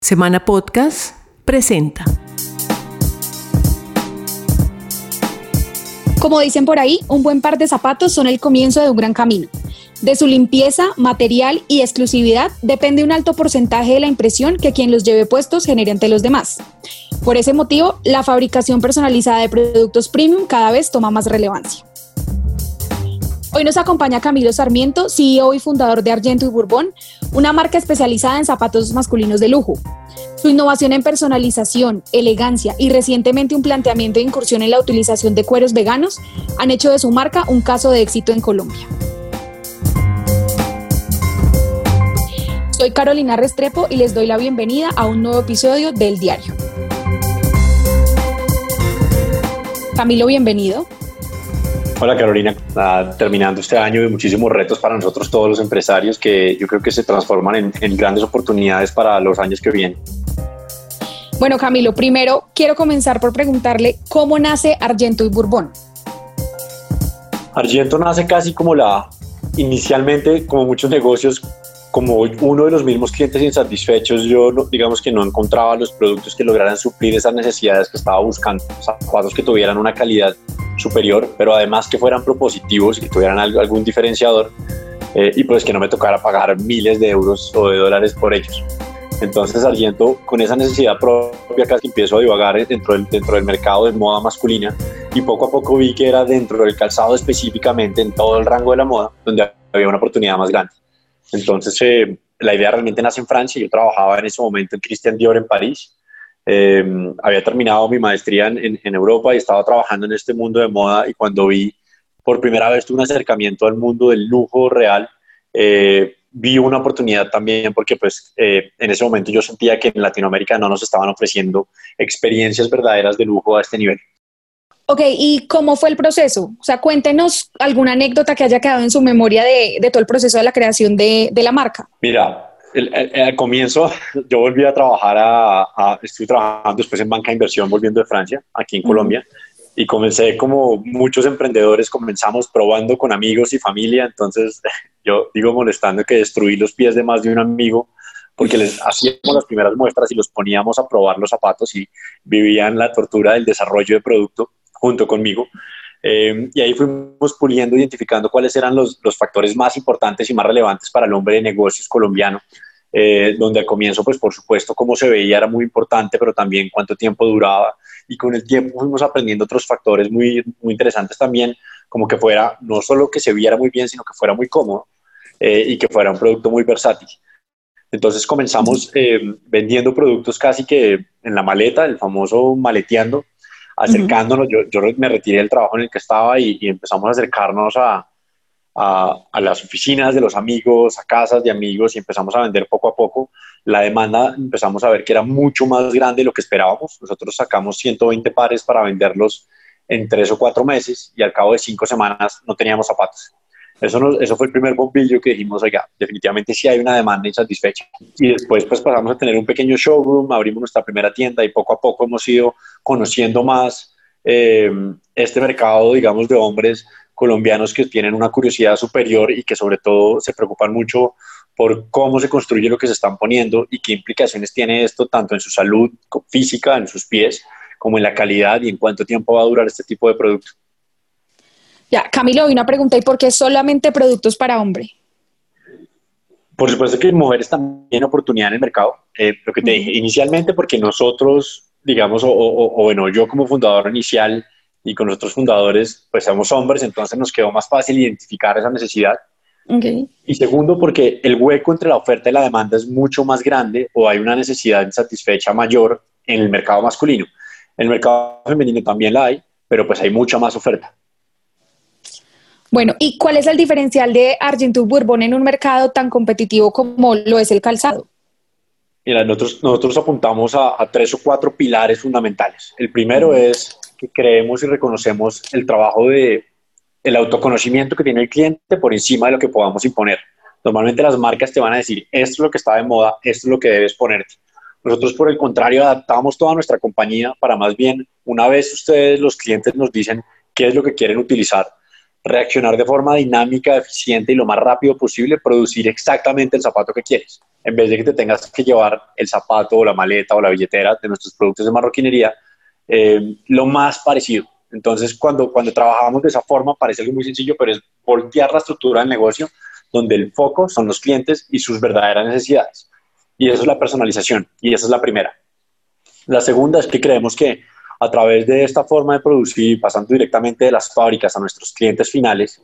Semana Podcast presenta. Como dicen por ahí, un buen par de zapatos son el comienzo de un gran camino. De su limpieza, material y exclusividad depende un alto porcentaje de la impresión que quien los lleve puestos genere ante los demás. Por ese motivo, la fabricación personalizada de productos premium cada vez toma más relevancia. Hoy nos acompaña Camilo Sarmiento, CEO y fundador de Argento y Bourbon, una marca especializada en zapatos masculinos de lujo. Su innovación en personalización, elegancia y recientemente un planteamiento de incursión en la utilización de cueros veganos han hecho de su marca un caso de éxito en Colombia. Soy Carolina Restrepo y les doy la bienvenida a un nuevo episodio del Diario. Camilo, bienvenido. Hola Carolina, terminando este año de muchísimos retos para nosotros todos los empresarios que yo creo que se transforman en grandes oportunidades para los años que vienen. Bueno Camilo, primero quiero comenzar por preguntarle cómo nace Argento y Bourbon. Argento nace casi inicialmente como muchos negocios, como uno de los mismos clientes insatisfechos. Yo digamos que no encontraba los productos que lograran suplir esas necesidades que estaba buscando, zapatos que tuvieran una calidad superior, pero además que fueran propositivos, que tuvieran algún diferenciador y pues que no me tocara pagar miles de euros o de dólares por ellos. Entonces Argento, con esa necesidad propia, casi empiezo a divagar dentro del mercado de moda masculina y poco a poco vi que era dentro del calzado específicamente, en todo el rango de la moda, donde había una oportunidad más grande. Entonces la idea realmente nace en Francia. Yo trabajaba en ese momento en Christian Dior en París. Había terminado mi maestría en Europa y estaba trabajando en este mundo de moda, y cuando vi por primera vez un acercamiento al mundo del lujo real, vi una oportunidad también porque pues en ese momento yo sentía que en Latinoamérica no nos estaban ofreciendo experiencias verdaderas de lujo a este nivel. Ok, ¿y cómo fue el proceso? O sea, cuéntenos alguna anécdota que haya quedado en su memoria de todo el proceso de la creación de la marca. Mira, al comienzo yo volví a trabajar, estuve trabajando después en banca de inversión volviendo de Francia, aquí en Colombia, y comencé como muchos emprendedores, comenzamos probando con amigos y familia. Entonces yo digo molestando que destruí los pies de más de un amigo porque les hacíamos las primeras muestras y los poníamos a probar los zapatos y vivían la tortura del desarrollo de producto junto conmigo. Y ahí fuimos puliendo, identificando cuáles eran los factores más importantes y más relevantes para el hombre de negocios colombiano, donde al comienzo, pues por supuesto, cómo se veía era muy importante, pero también cuánto tiempo duraba, y con el tiempo fuimos aprendiendo otros factores muy, muy interesantes también, como que fuera no solo que se viera muy bien, sino que fuera muy cómodo y que fuera un producto muy versátil. Entonces comenzamos vendiendo productos casi que en la maleta, el famoso maleteando, acercándonos. Yo me retiré del trabajo en el que estaba y empezamos a acercarnos a las oficinas de los amigos, a casas de amigos, y empezamos a vender poco a poco. La demanda empezamos a ver que era mucho más grande de lo que esperábamos. Nosotros sacamos 120 pares para venderlos en 3 o 4 meses y al cabo de 5 semanas no teníamos zapatos. Eso fue el primer bombillo que dijimos: oiga, definitivamente sí hay una demanda insatisfecha. Y después pues pasamos a tener un pequeño showroom, abrimos nuestra primera tienda y poco a poco hemos ido conociendo más este mercado, digamos, de hombres colombianos que tienen una curiosidad superior y que sobre todo se preocupan mucho por cómo se construye lo que se están poniendo y qué implicaciones tiene esto tanto en su salud física, en sus pies, como en la calidad y en cuánto tiempo va a durar este tipo de producto. Ya, Camilo, una pregunta: ¿y por qué solamente productos para hombre? Por supuesto que mujeres también tienen oportunidad en el mercado. Lo que te dije inicialmente, porque nosotros, digamos, bueno, yo como fundador inicial y con nuestros fundadores, pues somos hombres, entonces nos quedó más fácil identificar esa necesidad. Okay. Y segundo, porque el hueco entre la oferta y la demanda es mucho más grande, o hay una necesidad insatisfecha mayor en el mercado masculino. En el mercado femenino también la hay, pero pues hay mucha más oferta. Bueno, ¿y cuál es el diferencial de Argento y Bourbon en un mercado tan competitivo como lo es el calzado? Mira, nosotros apuntamos a 3 o 4 pilares fundamentales. El primero es que creemos y reconocemos el trabajo el autoconocimiento que tiene el cliente por encima de lo que podamos imponer. Normalmente las marcas te van a decir: esto es lo que está de moda, esto es lo que debes ponerte. Nosotros, por el contrario, adaptamos toda nuestra compañía para más bien, una vez ustedes, los clientes, nos dicen qué es lo que quieren utilizar, reaccionar de forma dinámica, eficiente y lo más rápido posible, producir exactamente el zapato que quieres. en vez de que te tengas que llevar el zapato o la maleta o la billetera de nuestros productos de marroquinería, lo más parecido. Entonces, cuando trabajamos de esa forma, parece algo muy sencillo, pero es voltear la estructura del negocio, donde el foco son los clientes y sus verdaderas necesidades. Y eso es la personalización, y esa es la primera. La segunda es que creemos que a través de esta forma de producir, pasando directamente de las fábricas a nuestros clientes finales,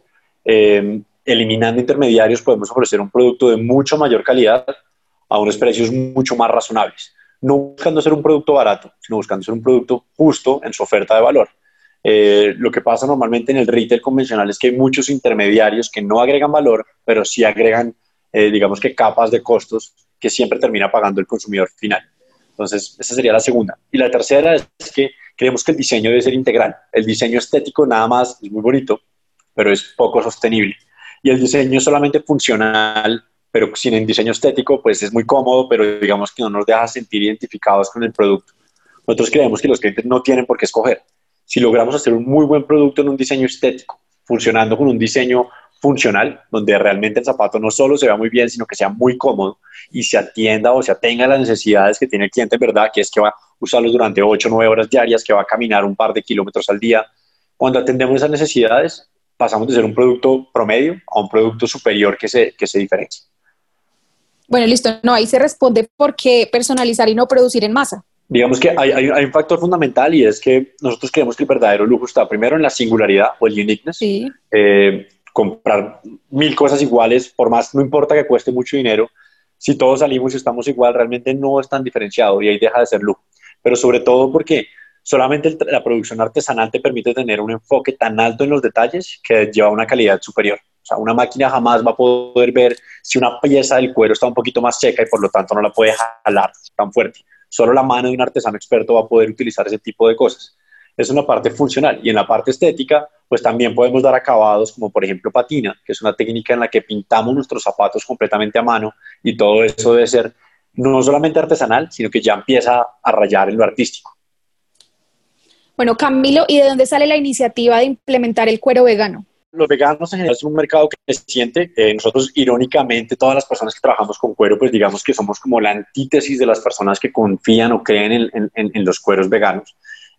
eliminando intermediarios, podemos ofrecer un producto de mucho mayor calidad a unos precios mucho más razonables. No buscando ser un producto barato, sino buscando ser un producto justo en su oferta de valor. Lo que pasa normalmente en el retail convencional es que hay muchos intermediarios que no agregan valor, pero sí agregan, digamos que capas de costos que siempre termina pagando el consumidor final. Entonces, esa sería la segunda. Y la tercera es que creemos que el diseño debe ser integral. El diseño estético nada más es muy bonito, pero es poco sostenible. Y el diseño solamente funcional, pero sin el diseño estético, pues es muy cómodo, pero digamos que no nos deja sentir identificados con el producto. Nosotros creemos que los clientes no tienen por qué escoger. Si logramos hacer un muy buen producto en un diseño estético, funcionando con un diseño funcional, donde realmente el zapato no solo se vea muy bien, sino que sea muy cómodo y se atienda o se atenga a las necesidades que tiene el cliente, ¿verdad? Que es que va a usarlos durante 8 o 9 horas diarias, que va a caminar un par de kilómetros al día. Cuando atendemos esas necesidades, pasamos de ser un producto promedio a un producto superior que se diferencia. Bueno, listo. No, ahí se responde por qué personalizar y no producir en masa. Digamos que hay un factor fundamental y es que nosotros creemos que el verdadero lujo está primero en la singularidad o el uniqueness. Sí. Comprar 1000 cosas iguales, por más, no importa que cueste mucho dinero, si todos salimos y estamos igual, realmente no es tan diferenciado y ahí deja de ser lujo. Pero sobre todo porque solamente la producción artesanal te permite tener un enfoque tan alto en los detalles que lleva a una calidad superior. O sea, una máquina jamás va a poder ver si una pieza del cuero está un poquito más seca y por lo tanto no la puede jalar tan fuerte. Solo la mano de un artesano experto va a poder utilizar ese tipo de cosas. Es una parte funcional. Y en la parte estética, pues también podemos dar acabados como por ejemplo patina, que es una técnica en la que pintamos nuestros zapatos completamente a mano y todo eso debe ser no solamente artesanal, sino que ya empieza a rayar en lo artístico. Bueno, Camilo, ¿y de dónde sale la iniciativa de implementar el cuero vegano? Los veganos en general es un mercado que se siente, nosotros irónicamente, todas las personas que trabajamos con cuero, pues digamos que somos como la antítesis de las personas que confían o creen en los cueros veganos.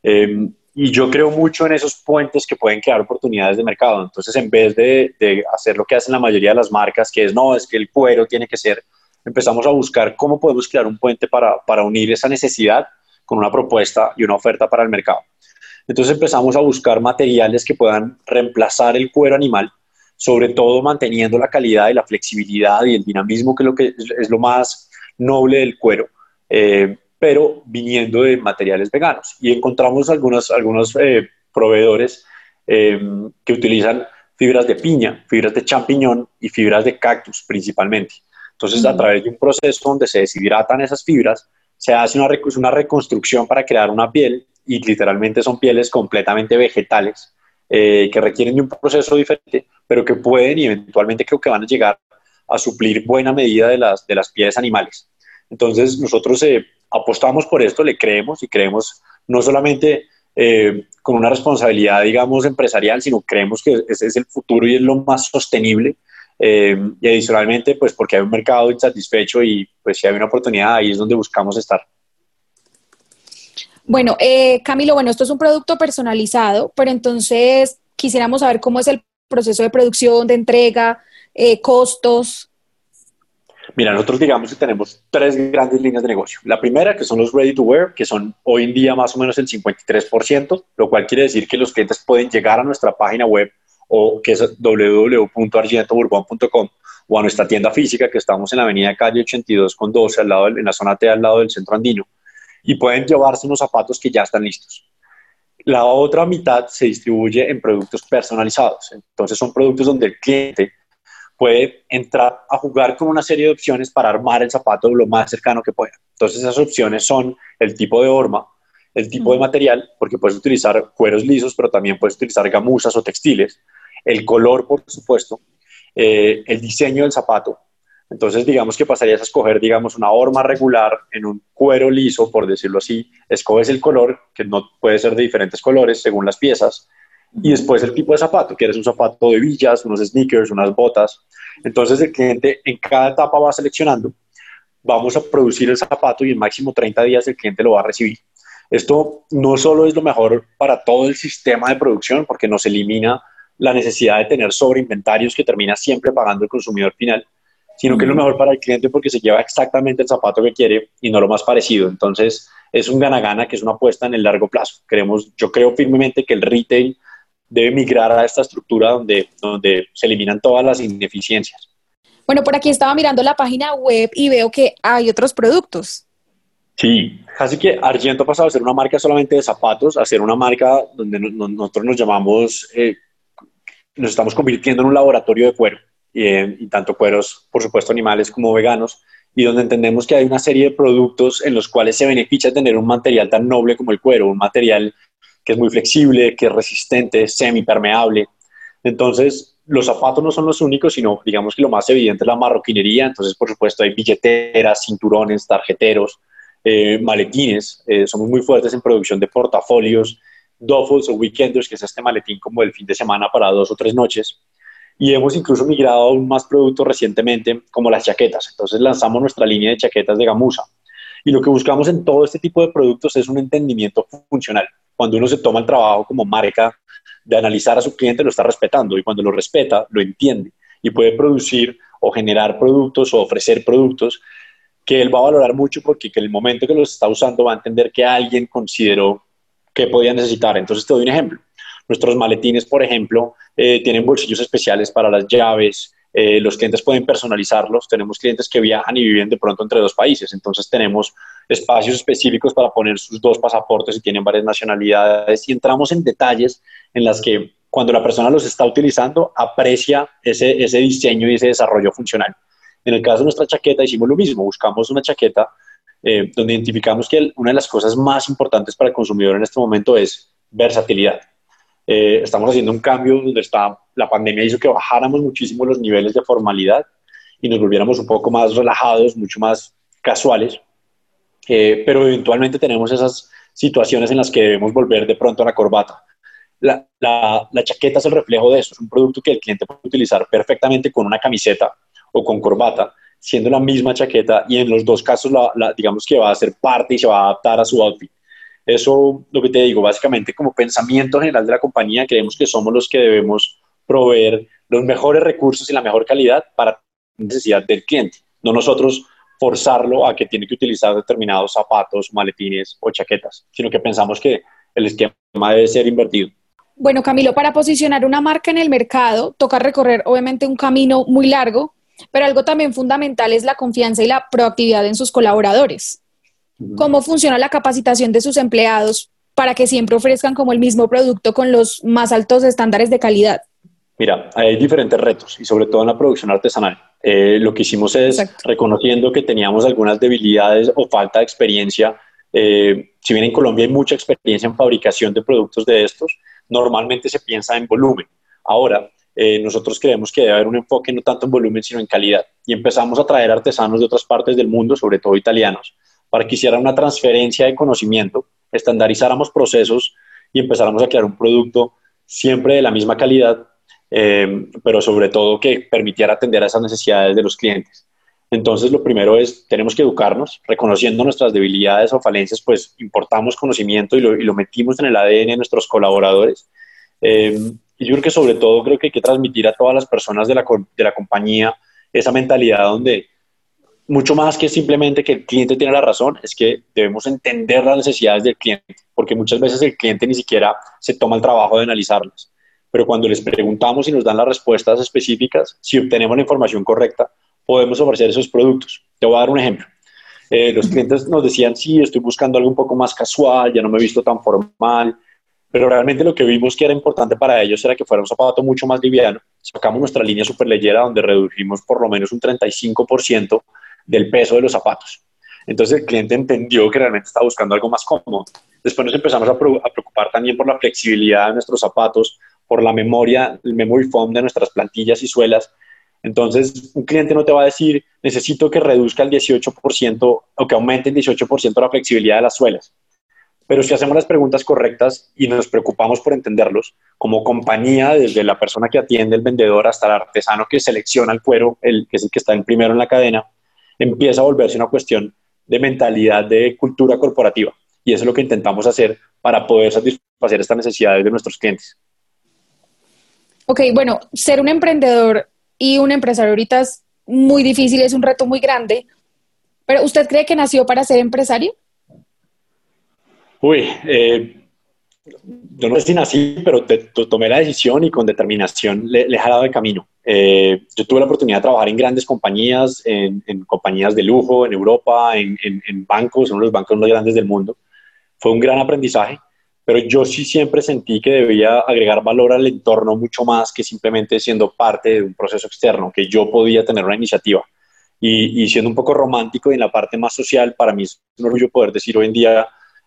Y yo creo mucho en esos puentes que pueden crear oportunidades de mercado. Entonces, en vez de hacer lo que hacen la mayoría de las marcas, que es, no, es que el cuero tiene que ser, empezamos a buscar cómo podemos crear un puente para unir esa necesidad con una propuesta y una oferta para el mercado. Entonces empezamos a buscar materiales que puedan reemplazar el cuero animal, sobre todo manteniendo la calidad y la flexibilidad y el dinamismo, que es lo más noble del cuero, pero viniendo de materiales veganos. Y encontramos algunos proveedores que utilizan fibras de piña, fibras de champiñón y fibras de cactus principalmente. Entonces, a través de un proceso donde se deshidratan esas fibras, se hace una reconstrucción para crear una piel, y literalmente son pieles completamente vegetales que requieren de un proceso diferente, pero que pueden y eventualmente creo que van a llegar a suplir buena medida de las pieles animales. Entonces nosotros apostamos por esto, le creemos y creemos no solamente con una responsabilidad, digamos, empresarial, sino creemos que ese es el futuro y es lo más sostenible. Y adicionalmente, pues porque hay un mercado insatisfecho y pues si hay una oportunidad, ahí es donde buscamos estar. Bueno, Camilo, bueno, esto es un producto personalizado, pero entonces quisiéramos saber cómo es el proceso de producción, de entrega, costos. Mira, nosotros digamos que tenemos 3 grandes líneas de negocio. La primera, que son los ready to wear, que son hoy en día más o menos el 53%, lo cual quiere decir que los clientes pueden llegar a nuestra página web, o que es www.argentoburbon.com, o a nuestra tienda física, que estamos en la avenida Calle 82 con 12, en la zona T, al lado del Centro Andino, y pueden llevarse unos zapatos que ya están listos. La otra mitad se distribuye en productos personalizados. Entonces son productos donde el cliente puede entrar a jugar con una serie de opciones para armar el zapato lo más cercano que pueda. Entonces esas opciones son el tipo de horma, el tipo de material, porque puedes utilizar cueros lisos, pero también puedes utilizar gamuzas o textiles, el color, por supuesto, el diseño del zapato. Entonces, digamos que pasarías a escoger, digamos, una horma regular en un cuero liso, por decirlo así. Escoges el color, que no puede ser de diferentes colores según las piezas, y después el tipo de zapato. Quieres un zapato de villas, unos sneakers, unas botas. Entonces, el cliente en cada etapa va seleccionando vamos a producir el zapato y en máximo 30 días el cliente lo va a recibir. Esto no solo es lo mejor para todo el sistema de producción, porque nos elimina la necesidad de tener sobreinventarios que termina siempre pagando el consumidor final, sino que es lo mejor para el cliente porque se lleva exactamente el zapato que quiere y no lo más parecido. Entonces, es un gana-gana que es una apuesta en el largo plazo. Yo creo firmemente que el retail debe migrar a esta estructura donde se eliminan todas las ineficiencias. Bueno, por aquí estaba mirando la página web y veo que hay otros productos. Sí, casi que Argento ha pasado a ser una marca solamente de zapatos a ser una marca donde nosotros nos llamamos, nos estamos convirtiendo en un laboratorio de cuero, y tanto cueros, por supuesto, animales como veganos, y donde entendemos que hay una serie de productos en los cuales se beneficia tener un material tan noble como el cuero, un material que es muy flexible, que es resistente, semipermeable. Entonces, los zapatos no son los únicos, sino digamos que lo más evidente es la marroquinería. Entonces, por supuesto, hay billeteras, cinturones, tarjeteros, maletines. Somos muy fuertes en producción de portafolios, duffels o weekenders, que es este maletín como el fin de semana para 2 o 3 noches. Y hemos incluso migrado aún más productos recientemente, como las chaquetas. Entonces lanzamos nuestra línea de chaquetas de gamuza. Y lo que buscamos en todo este tipo de productos es un entendimiento funcional. Cuando uno se toma el trabajo como marca de analizar a su cliente, lo está respetando. Y cuando lo respeta, lo entiende. Y puede producir o generar productos o ofrecer productos que él va a valorar mucho porque en el momento que los está usando va a entender que alguien consideró que podía necesitar. Entonces te doy un ejemplo. Nuestros maletines, por ejemplo, tienen bolsillos especiales para las llaves. Los clientes pueden personalizarlos. Tenemos clientes que viajan y viven de pronto entre 2 países. Entonces tenemos espacios específicos para poner sus 2 pasaportes si tienen varias nacionalidades. Y entramos en detalles en las que cuando la persona los está utilizando aprecia ese diseño y ese desarrollo funcional. En el caso de nuestra chaqueta hicimos lo mismo. Buscamos una chaqueta donde identificamos que una de las cosas más importantes para el consumidor en este momento es versatilidad. Estamos haciendo un cambio donde la pandemia hizo que bajáramos muchísimo los niveles de formalidad y nos volviéramos un poco más relajados, mucho más casuales, pero eventualmente tenemos esas situaciones en las que debemos volver de pronto a la corbata. La chaqueta es el reflejo de eso, es un producto que el cliente puede utilizar perfectamente con una camiseta o con corbata, siendo la misma chaqueta, y en los 2 casos digamos que va a ser parte y se va a adaptar a su outfit. Eso, lo que te digo, básicamente como pensamiento general de la compañía, creemos que somos los que debemos proveer los mejores recursos y la mejor calidad para la necesidad del cliente, no nosotros forzarlo a que tiene que utilizar determinados zapatos, maletines o chaquetas, sino que pensamos que el esquema debe ser invertido. Bueno, Camilo, para posicionar una marca en el mercado, toca recorrer obviamente un camino muy largo, pero algo también fundamental es la confianza y la proactividad en sus colaboradores. ¿Cómo funciona la capacitación de sus empleados para que siempre ofrezcan como el mismo producto con los más altos estándares de calidad? Mira, hay diferentes retos y sobre todo en la producción artesanal. Lo que hicimos es, reconociendo que teníamos algunas debilidades o falta de experiencia, si bien en Colombia hay mucha experiencia en fabricación de productos de estos, normalmente se piensa en volumen. Ahora, nosotros creemos que debe haber un enfoque no tanto en volumen, sino en calidad. Y empezamos a traer artesanos de otras partes del mundo, sobre todo italianos, para que hicieran una transferencia de conocimiento, estandarizáramos procesos y empezáramos a crear un producto siempre de la misma calidad, pero sobre todo que permitiera atender a esas necesidades de los clientes. Entonces, lo primero es, tenemos que educarnos, reconociendo nuestras debilidades o falencias, pues importamos conocimiento y lo metimos en el ADN de nuestros colaboradores. Y yo creo que sobre todo creo que hay que transmitir a todas las personas de la compañía esa mentalidad donde mucho más que simplemente que el cliente tiene la razón, es que debemos entender las necesidades del cliente, porque muchas veces el cliente ni siquiera se toma el trabajo de analizarlas. Pero cuando les preguntamos y nos dan las respuestas específicas, si obtenemos la información correcta, podemos ofrecer esos productos. Te voy a dar un ejemplo. Los clientes nos decían, sí, estoy buscando algo un poco más casual, ya no me he visto tan formal, pero realmente lo que vimos que era importante para ellos era que fuera un zapato mucho más liviano. Sacamos nuestra línea superleyera donde redujimos por lo menos un 35% del peso de los zapatos. Entonces el cliente entendió que realmente estaba buscando algo más cómodo. Después nos empezamos a preocupar también por la flexibilidad de nuestros zapatos, por la memoria, el memory foam de nuestras plantillas y suelas. Entonces un cliente no te va a decir, necesito que reduzca el 18% o que aumente el 18% la flexibilidad de las suelas. Pero si hacemos las preguntas correctas y nos preocupamos por entenderlos, como compañía, desde la persona que atiende, el vendedor, hasta el artesano que selecciona el cuero, que es el que está en primero en la cadena, empieza a volverse una cuestión de mentalidad, de cultura corporativa. Y eso es lo que intentamos hacer para poder satisfacer estas necesidades de nuestros clientes. Ok, bueno, ser un emprendedor y un empresario ahorita es muy difícil, es un reto muy grande, pero ¿usted cree que nació para ser empresario? Uy, yo no sé si nací, pero tomé la decisión y con determinación le he jalado el camino. Yo tuve la oportunidad de trabajar en grandes compañías, en compañías de lujo, en Europa, en bancos, uno de los bancos más grandes del mundo. Fue un gran aprendizaje, pero yo sí siempre sentí que debía agregar valor al entorno mucho más que simplemente siendo parte de un proceso externo, que yo podía tener una iniciativa. Y siendo un poco romántico y en la parte más social, para mí es un orgullo poder decir hoy en día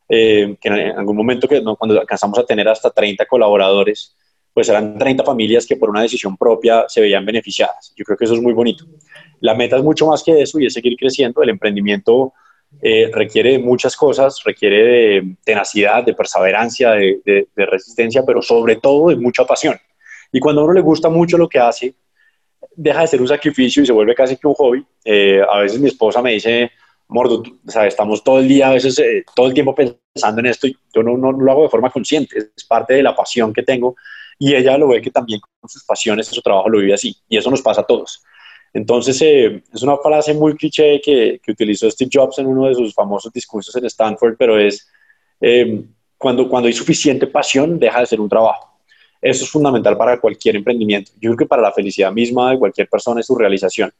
que en algún momento que no, cuando alcanzamos a tener hasta 30 colaboradores, pues eran 30 familias que por una decisión propia se veían beneficiadas. Yo creo que eso es muy bonito. La meta es mucho más que eso y es seguir creciendo. El emprendimiento requiere de muchas cosas, requiere de tenacidad, de perseverancia, de resistencia, pero sobre todo de mucha pasión. Y cuando a uno le gusta mucho lo que hace, deja de ser un sacrificio y se vuelve casi que un hobby. A veces mi esposa me dice, Mordo, o sea, estamos todo el día, a veces todo el tiempo pensando en esto y yo no lo hago de forma consciente, es parte de la pasión que tengo y ella lo ve que también con sus pasiones en su trabajo lo vive así y eso nos pasa a todos. Entonces, es una frase muy cliché que utilizó Steve Jobs en uno de sus famosos discursos en Stanford, pero es, eh, cuando hay suficiente pasión, deja de ser un trabajo. Eso es fundamental para cualquier emprendimiento. Yo creo que para la felicidad misma de cualquier persona es su realización.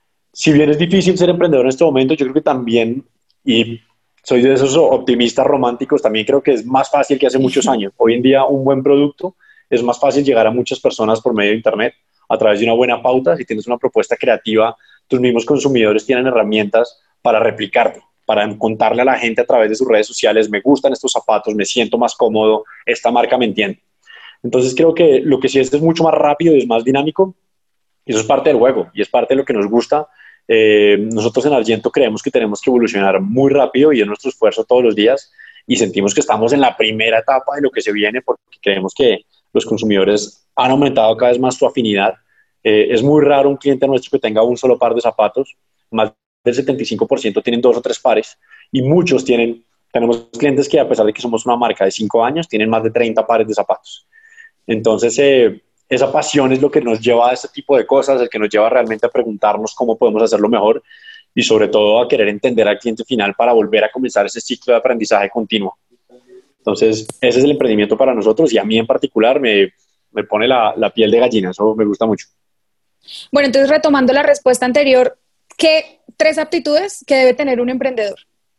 Si bien es difícil ser emprendedor en este momento, yo creo que también, y soy de esos optimistas románticos, también creo que es más fácil que hace muchos años. Hoy en día un buen producto es más fácil llegar a muchas personas por medio de Internet a través de una buena pauta. Si tienes una propuesta creativa, tus mismos consumidores tienen herramientas para replicarte, para contarle a la gente a través de sus redes sociales, me gustan estos zapatos, me siento más cómodo, esta marca me entiende. Entonces creo que lo que sí es mucho más rápido y es más dinámico, y eso es parte del juego y es parte de lo que nos gusta. Nosotros en Argento creemos que tenemos que evolucionar muy rápido y es nuestro esfuerzo todos los días y sentimos que estamos en la primera etapa de lo que se viene porque creemos que los consumidores han aumentado cada vez más su afinidad. Es muy raro un cliente nuestro que tenga un solo par de zapatos, más del 75% tienen dos o tres pares y muchos tenemos clientes que a pesar de que somos una marca de 5 años, tienen más de 30 pares de zapatos. Entonces, esa pasión es lo que nos lleva a este tipo de cosas, el que nos lleva realmente a preguntarnos cómo podemos hacerlo mejor y sobre todo a querer entender al cliente final para volver a comenzar ese ciclo de aprendizaje continuo. Entonces, ese es el emprendimiento para nosotros y a mí en particular me pone la piel de gallina, eso me gusta mucho. Bueno, entonces retomando la respuesta anterior, ¿qué 3 aptitudes que debe tener un emprendedor?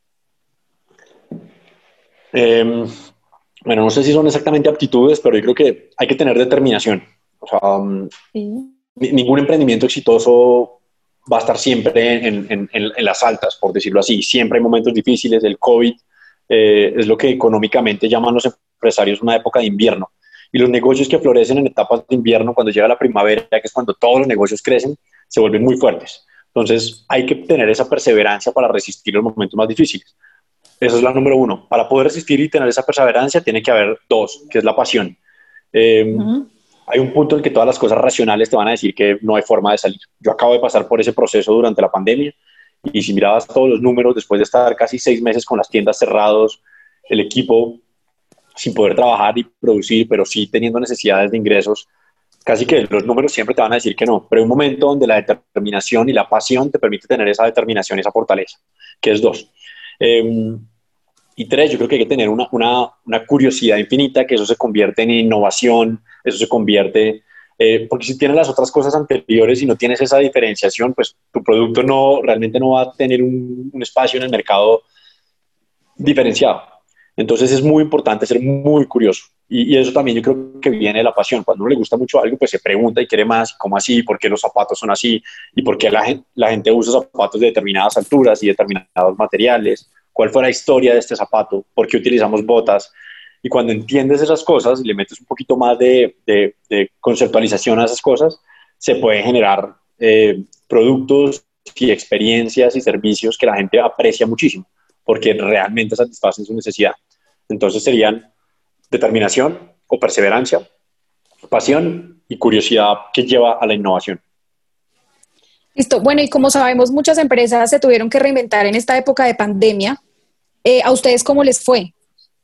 Eh, bueno, no sé si son exactamente aptitudes, pero yo creo que hay que tener determinación. O sea, Sí. ningún emprendimiento exitoso va a estar siempre en las altas, por decirlo así. Siempre hay momentos difíciles. El COVID es lo que económicamente llaman los empresarios una época de invierno. Y los negocios que florecen en etapas de invierno, cuando llega la primavera, que es cuando todos los negocios crecen, se vuelven muy fuertes. Entonces hay que tener esa perseverancia para resistir los momentos más difíciles. Esa es la número uno. Para poder resistir y tener esa perseverancia tiene que haber dos, que es la pasión. Eh, Ujú. Hay un punto en que todas las cosas racionales te van a decir que no hay forma de salir. Yo acabo de pasar por ese proceso durante la pandemia y si mirabas todos los números, después de estar casi 6 meses con las tiendas cerrados, el equipo sin poder trabajar y producir, pero sí teniendo necesidades de ingresos, casi que los números siempre te van a decir que no. Pero hay un momento donde la determinación y la pasión te permite tener esa determinación, esa fortaleza, que es dos. Eh, y tres, yo creo que hay que tener una curiosidad infinita, que eso se convierte en innovación, eso se convierte, porque si tienes las otras cosas anteriores y no tienes esa diferenciación, pues tu producto realmente no va a tener un espacio en el mercado diferenciado. Entonces es muy importante ser muy curioso. Y eso también yo creo que viene de la pasión. Cuando uno le gusta mucho algo, pues se pregunta y quiere más, ¿cómo así? ¿Por qué los zapatos son así? ¿Y por qué la gente usa zapatos de determinadas alturas y determinados materiales? ¿Cuál fue la historia de este zapato? ¿Por qué utilizamos botas? Y cuando entiendes esas cosas y le metes un poquito más de conceptualización a esas cosas, se pueden generar productos y experiencias y servicios que la gente aprecia muchísimo porque realmente satisfacen su necesidad. Entonces serían determinación o perseverancia, pasión y curiosidad que lleva a la innovación. Listo. Bueno, y como sabemos, muchas empresas se tuvieron que reinventar en esta época de pandemia. ¿A ustedes cómo les fue?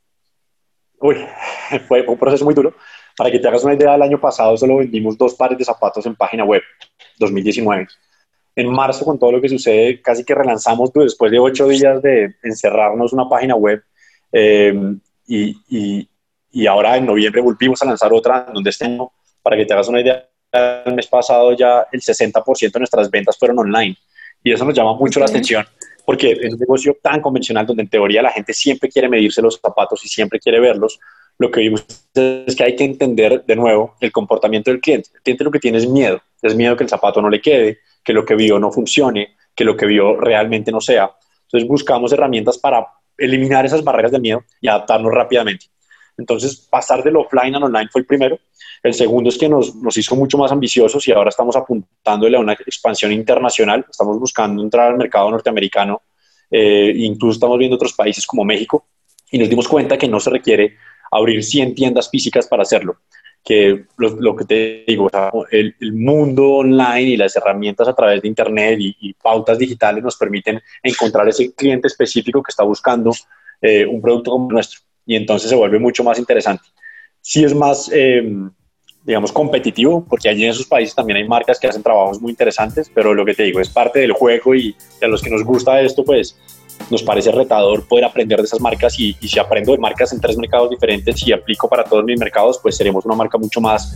Uy, fue un proceso muy duro. Para que te hagas una idea, el año pasado solo vendimos 2 pares de zapatos en página web, 2019. En marzo, con todo lo que sucede, casi que relanzamos después de 8 días de encerrarnos una página web eh, y, y, y ahora en noviembre volvimos a lanzar otra donde estemos. Para que te hagas una idea, el mes pasado ya el 60% de nuestras ventas fueron online y eso nos llama mucho la atención porque es un negocio tan convencional donde en teoría la gente siempre quiere medirse los zapatos y siempre quiere verlos. Lo que vimos es que hay que entender de nuevo el comportamiento del cliente. El cliente lo que tiene es miedo que el zapato no le quede, que lo que vio no funcione, que lo que vio realmente no sea. Entonces buscamos herramientas para eliminar esas barreras del miedo y adaptarnos rápidamente. Entonces pasar del offline al online fue el primero. El segundo es que nos hizo mucho más ambiciosos y ahora estamos apuntándole a una expansión internacional. Estamos buscando entrar al mercado norteamericano, incluso estamos viendo otros países como México y nos dimos cuenta que no se requiere abrir 100 tiendas físicas para hacerlo. Que lo que te digo, o sea, el mundo online y las herramientas a través de internet y pautas digitales nos permiten encontrar ese cliente específico que está buscando un producto como el nuestro y entonces se vuelve mucho más interesante. Sí es más, digamos, competitivo, porque allí en esos países también hay marcas que hacen trabajos muy interesantes, pero lo que te digo es parte del juego y a los que nos gusta esto, pues nos parece retador poder aprender de esas marcas y si aprendo de marcas en 3 mercados diferentes y aplico para todos mis mercados, pues seremos una marca mucho más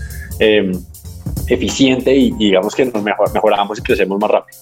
eficiente y digamos que nos mejoramos y crecemos más rápido.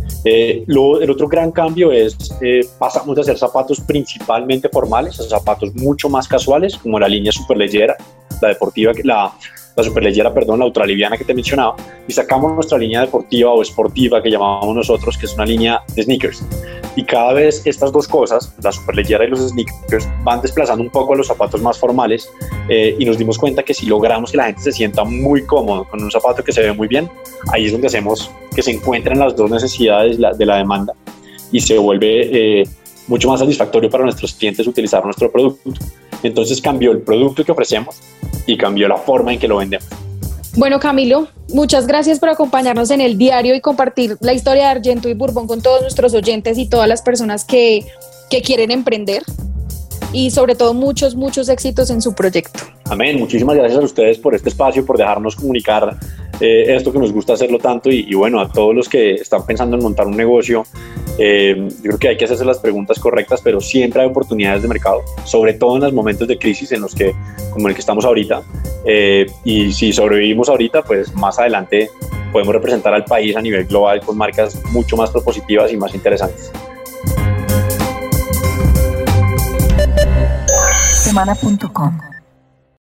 El otro gran cambio es pasamos de hacer zapatos principalmente formales a zapatos mucho más casuales, como la línea Superleggera, la deportiva, la Superleggera, perdón, la ultraliviana que te mencionaba, y sacamos nuestra línea deportiva o esportiva que llamamos nosotros, que es una línea de sneakers. Y cada vez estas dos cosas, la Superleggera y los sneakers, van desplazando un poco a los zapatos más formales y nos dimos cuenta que si logramos que la gente se sienta muy cómodo con un zapato que se ve muy bien, ahí es donde hacemos que se encuentren las dos necesidades de la demanda y se vuelve mucho más satisfactorio para nuestros clientes utilizar nuestro producto. Entonces cambió el producto que ofrecemos y cambió la forma en que lo vendemos. Bueno, Camilo, muchas gracias por acompañarnos en el diario y compartir la historia de Argento y Bourbon con todos nuestros oyentes y todas las personas que quieren emprender y sobre todo muchos éxitos en su proyecto. Amén, muchísimas gracias a ustedes por este espacio, por dejarnos comunicar esto que nos gusta hacerlo tanto y bueno, a todos los que están pensando en montar un negocio, yo creo que hay que hacerse las preguntas correctas, pero siempre hay oportunidades de mercado, sobre todo en los momentos de crisis en los que, como el que estamos ahorita, y si sobrevivimos ahorita, pues más adelante podemos representar al país a nivel global con marcas mucho más propositivas y más interesantes. Semana.com